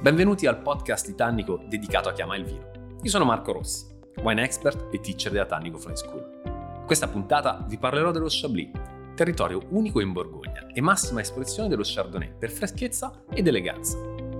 Benvenuti al podcast di Tannico dedicato a chi ama il vino. Io sono Marco Rossi, wine expert e teacher della Tannico Flying School. In questa puntata vi parlerò dello Chablis, territorio unico in Borgogna e massima espressione dello Chardonnay per freschezza ed eleganza.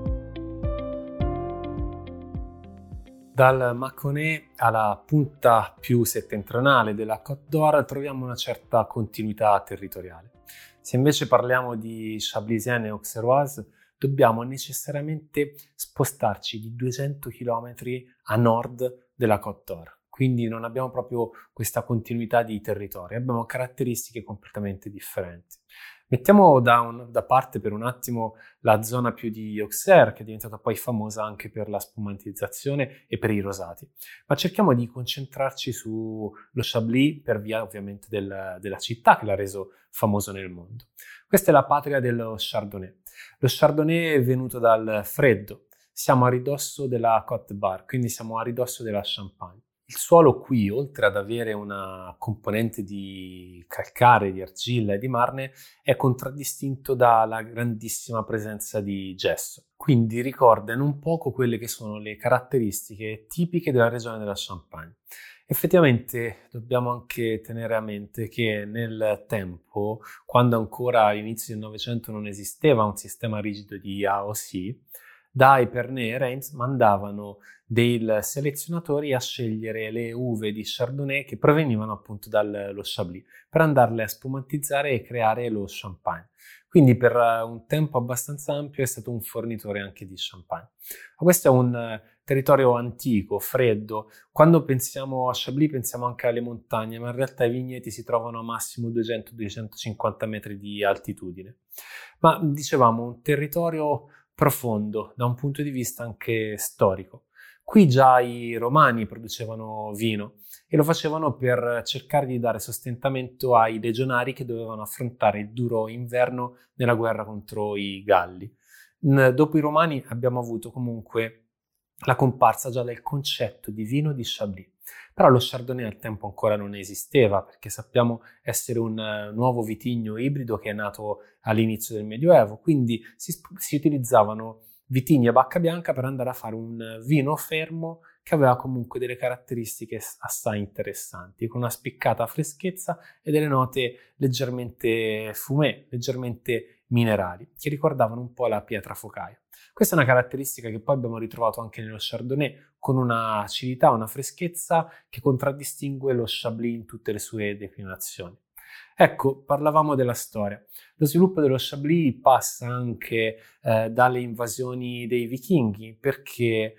Dal Mâconnais alla punta più settentrionale della Côte d'Or troviamo una certa continuità territoriale. Se invece parliamo di Chablisienne e Auxerroise, dobbiamo necessariamente spostarci di 200 km a nord della Côte d'Or. Quindi non abbiamo proprio questa continuità di territorio, abbiamo caratteristiche completamente differenti. Mettiamo da parte per un attimo la zona più di Auxerre, che è diventata poi famosa anche per la spumantizzazione e per i rosati, ma cerchiamo di concentrarci sullo Chablis per via ovviamente della città che l'ha reso famoso nel mondo. Questa è la patria dello Chardonnay. Lo Chardonnay è venuto dal freddo, siamo a ridosso della Côte d'Or, quindi siamo a ridosso della Champagne. Il suolo qui, oltre ad avere una componente di calcare, di argilla e di marne, è contraddistinto dalla grandissima presenza di gesso. Quindi ricordano un poco quelle che sono le caratteristiche tipiche della regione della Champagne. Effettivamente dobbiamo anche tenere a mente che nel tempo, quando ancora all'inizio del Novecento non esisteva un sistema rigido di AOC, da Épernay e Reims mandavano dei selezionatori a scegliere le uve di Chardonnay che provenivano appunto dallo Chablis per andarle a spumantizzare e creare lo champagne. Quindi per un tempo abbastanza ampio è stato un fornitore anche di champagne. Ma questo è un territorio antico, freddo. Quando pensiamo a Chablis pensiamo anche alle montagne, ma in realtà i vigneti si trovano a massimo 200-250 metri di altitudine. Ma dicevamo un territorio profondo da un punto di vista anche storico. Qui già i romani producevano vino e lo facevano per cercare di dare sostentamento ai legionari che dovevano affrontare il duro inverno nella guerra contro i Galli. Dopo i romani abbiamo avuto comunque la comparsa già del concetto di vino di Chablis. Però lo Chardonnay al tempo ancora non esisteva, perché sappiamo essere un nuovo vitigno ibrido che è nato all'inizio del Medioevo, quindi si utilizzavano vitigni a bacca bianca per andare a fare un vino fermo che aveva comunque delle caratteristiche assai interessanti, con una spiccata freschezza e delle note leggermente fumé, leggermente minerali, che ricordavano un po' la pietra focaia. Questa è una caratteristica che poi abbiamo ritrovato anche nello Chardonnay, con una acidità, una freschezza che contraddistingue lo Chablis in tutte le sue declinazioni. Ecco, parlavamo della storia. Lo sviluppo dello Chablis passa anche dalle invasioni dei vichinghi, perché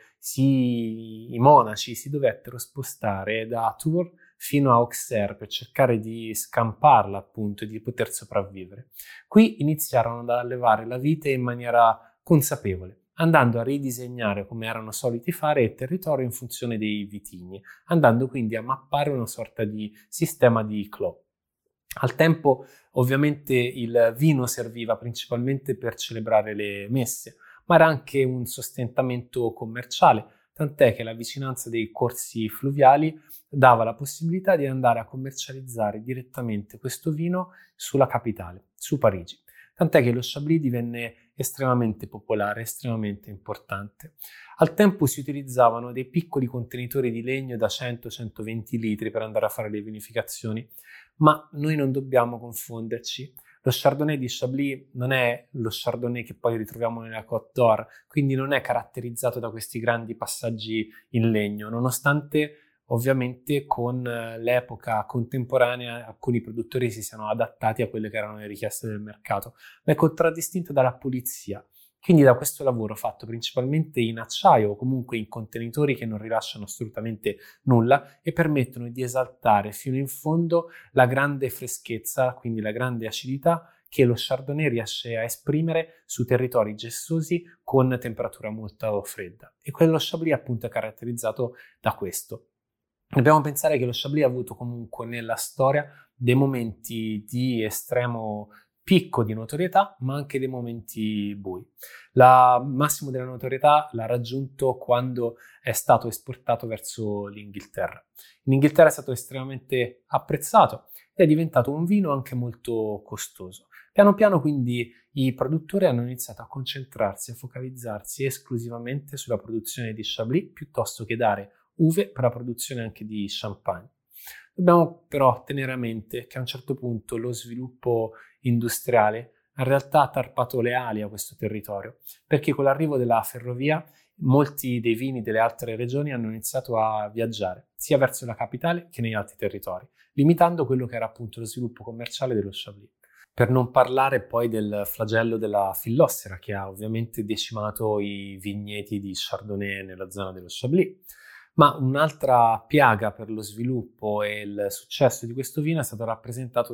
i monaci si dovettero spostare da Tours fino a Auxerre per cercare di scamparla, appunto, e di poter sopravvivere. Qui iniziarono ad allevare la vite in maniera consapevole, andando a ridisegnare, come erano soliti fare, il territorio in funzione dei vitigni, andando quindi a mappare una sorta di sistema di clos. Al tempo, ovviamente, il vino serviva principalmente per celebrare le messe, ma era anche un sostentamento commerciale, tant'è che la vicinanza dei corsi fluviali dava la possibilità di andare a commercializzare direttamente questo vino sulla capitale, su Parigi. Tant'è che lo Chablis divenne estremamente popolare, estremamente importante. Al tempo si utilizzavano dei piccoli contenitori di legno da 100-120 litri per andare a fare le vinificazioni, ma noi non dobbiamo confonderci. Lo Chardonnay di Chablis non è lo Chardonnay che poi ritroviamo nella Côte d'Or, quindi non è caratterizzato da questi grandi passaggi in legno, nonostante ovviamente con l'epoca contemporanea alcuni produttori si siano adattati a quelle che erano le richieste del mercato, ma è contraddistinto dalla pulizia. Quindi da questo lavoro fatto principalmente in acciaio o comunque in contenitori che non rilasciano assolutamente nulla e permettono di esaltare fino in fondo la grande freschezza, quindi la grande acidità che lo Chardonnay riesce a esprimere su territori gessosi con temperatura molto fredda. E quello Chablis appunto è caratterizzato da questo. Dobbiamo pensare che lo Chablis ha avuto comunque nella storia dei momenti di estremo picco di notorietà, ma anche dei momenti bui. La massimo della notorietà l'ha raggiunto quando è stato esportato verso l'Inghilterra. In Inghilterra è stato estremamente apprezzato ed è diventato un vino anche molto costoso, Piano piano quindi i produttori hanno iniziato a concentrarsi, a focalizzarsi esclusivamente sulla produzione di Chablis piuttosto che dare uve per la produzione anche di champagne. Dobbiamo però tenere a mente che a un certo punto lo sviluppo industriale in realtà ha tarpato le ali a questo territorio, perché con l'arrivo della ferrovia molti dei vini delle altre regioni hanno iniziato a viaggiare sia verso la capitale che negli altri territori, limitando quello che era appunto lo sviluppo commerciale dello Chablis. Per non parlare poi del flagello della fillossera, che ha ovviamente decimato i vigneti di Chardonnay nella zona dello Chablis. Ma un'altra piaga per lo sviluppo e il successo di questo vino è stato rappresentato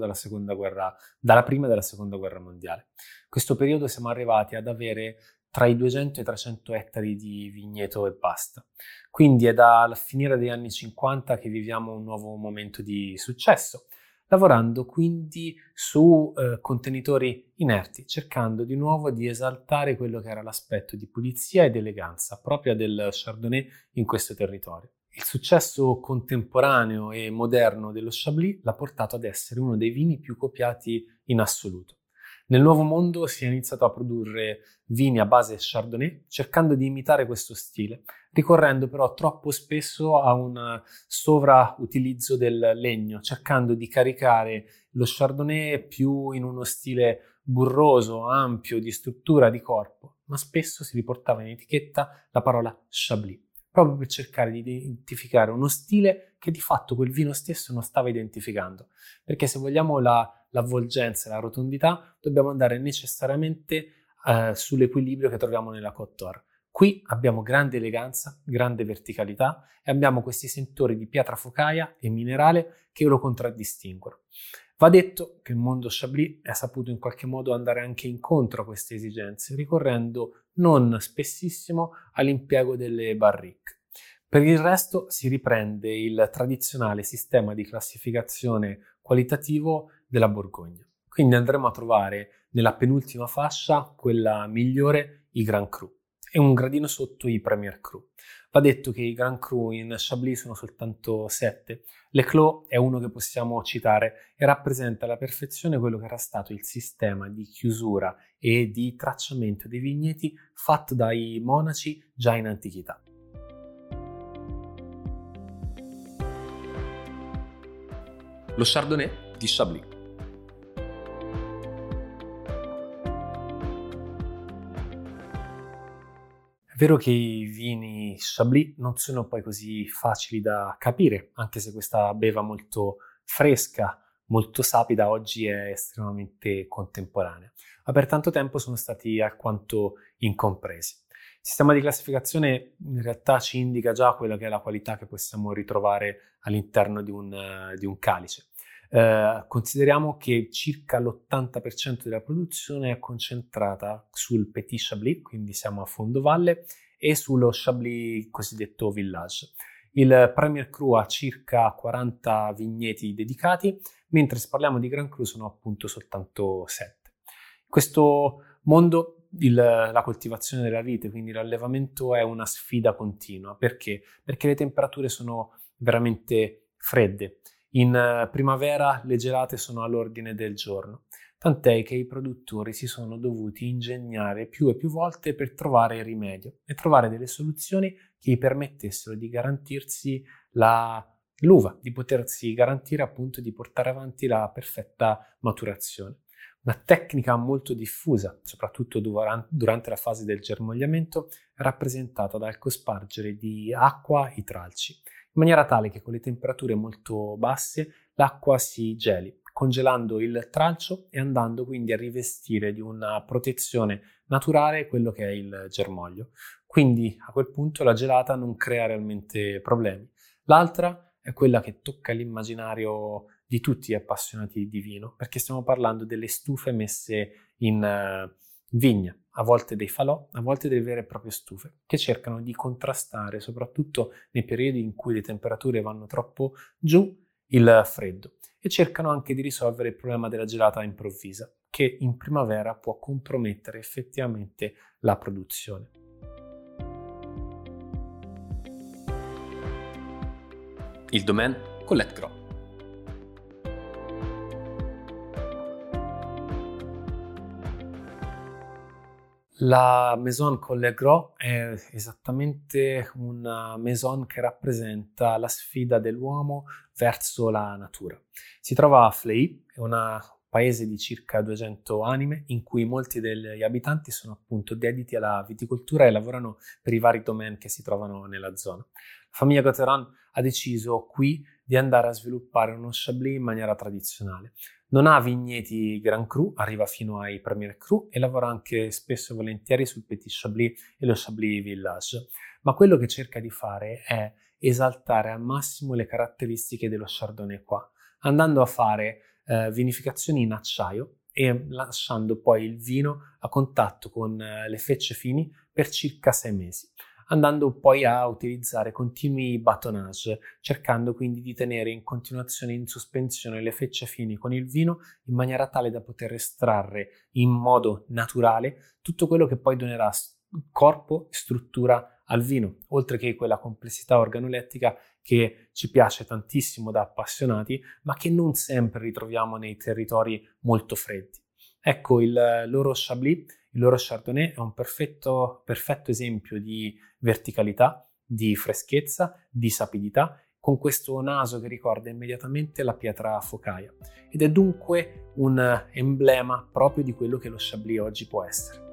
dalla prima e dalla seconda guerra mondiale. In questo periodo siamo arrivati ad avere tra i 200 e i 300 ettari di vigneto e basta. Quindi è dal finire degli anni 50 che viviamo un nuovo momento di successo, lavorando quindi su contenitori inerti, cercando di nuovo di esaltare quello che era l'aspetto di pulizia ed eleganza propria del Chardonnay in questo territorio. Il successo contemporaneo e moderno dello Chablis l'ha portato ad essere uno dei vini più copiati in assoluto. Nel Nuovo Mondo si è iniziato a produrre vini a base Chardonnay, cercando di imitare questo stile, ricorrendo però troppo spesso a un sovrautilizzo del legno, cercando di caricare lo Chardonnay più in uno stile burroso, ampio, di struttura, di corpo, ma spesso si riportava in etichetta la parola Chablis, proprio per cercare di identificare uno stile che di fatto quel vino stesso non stava identificando, perché se vogliamo l'avvolgenza e la rotondità dobbiamo andare necessariamente sull'equilibrio che troviamo nella Côte d'Or. Qui abbiamo grande eleganza, grande verticalità e abbiamo questi sentori di pietra focaia e minerale che lo contraddistinguono. Va detto che il mondo Chablis è saputo in qualche modo andare anche incontro a queste esigenze, ricorrendo non spessissimo all'impiego delle barrique. Per il resto si riprende il tradizionale sistema di classificazione qualitativo della Borgogna. Quindi andremo a trovare nella penultima fascia, quella migliore, i Grand Cru e un gradino sotto i Premier Cru. Va detto che i Grand Cru in Chablis sono soltanto 7. L'Eclos è uno che possiamo citare e rappresenta alla perfezione quello che era stato il sistema di chiusura e di tracciamento dei vigneti fatto dai monaci già in antichità. Lo Chardonnay di Chablis. È vero che i vini Chablis non sono poi così facili da capire, anche se questa beva molto fresca, molto sapida, oggi è estremamente contemporanea, ma per tanto tempo sono stati alquanto incompresi. Il sistema di classificazione in realtà ci indica già quella che è la qualità che possiamo ritrovare all'interno di un calice. Consideriamo che circa l'80% della produzione è concentrata sul Petit Chablis, quindi siamo a fondovalle, e sullo Chablis cosiddetto Village. Il Premier Cru ha circa 40 vigneti dedicati, mentre se parliamo di Grand Cru sono appunto soltanto 7. In questo mondo la coltivazione della vite, quindi l'allevamento, è una sfida continua. Perché? Perché le temperature sono veramente fredde. In primavera le gelate sono all'ordine del giorno, tant'è che i produttori si sono dovuti ingegnare più e più volte per trovare il rimedio e trovare delle soluzioni che gli permettessero di garantirsi l'uva, di potersi garantire appunto di portare avanti la perfetta maturazione. Una tecnica molto diffusa, soprattutto durante la fase del germogliamento, rappresentata dal cospargere di acqua i tralci, in maniera tale che con le temperature molto basse l'acqua si geli, congelando il tralcio e andando quindi a rivestire di una protezione naturale quello che è il germoglio. Quindi a quel punto la gelata non crea realmente problemi. L'altra è quella che tocca l'immaginario di tutti gli appassionati di vino, perché stiamo parlando delle stufe messe in vigna, a volte dei falò, a volte delle vere e proprie stufe, che cercano di contrastare, soprattutto nei periodi in cui le temperature vanno troppo giù, il freddo, e cercano anche di risolvere il problema della gelata improvvisa, che in primavera può compromettere effettivamente la produzione. Il Domaine Colette Gros. La Maison Colle Gros è esattamente una maison che rappresenta la sfida dell'uomo verso la natura. Si trova a Fleury, è un paese di circa 200 anime in cui molti degli abitanti sono appunto dediti alla viticoltura e lavorano per i vari domain che si trovano nella zona. La famiglia Gauthieron ha deciso qui di andare a sviluppare uno Chablis in maniera tradizionale. Non ha vigneti Grand Cru, arriva fino ai Premier Cru e lavora anche spesso e volentieri sul Petit Chablis e lo Chablis Village. Ma quello che cerca di fare è esaltare al massimo le caratteristiche dello Chardonnay qua, andando a fare vinificazioni in acciaio e lasciando poi il vino a contatto con le fecce fini per circa 6 mesi, andando poi a utilizzare continui batonnage, cercando quindi di tenere in continuazione in sospensione le fecce fini con il vino in maniera tale da poter estrarre in modo naturale tutto quello che poi donerà corpo e struttura al vino, oltre che quella complessità organolettica che ci piace tantissimo da appassionati, ma che non sempre ritroviamo nei territori molto freddi. Ecco, il loro Chablis, il loro Chardonnay è un perfetto esempio di verticalità, di freschezza, di sapidità, con questo naso che ricorda immediatamente la pietra focaia ed è dunque un emblema proprio di quello che lo Chablis oggi può essere.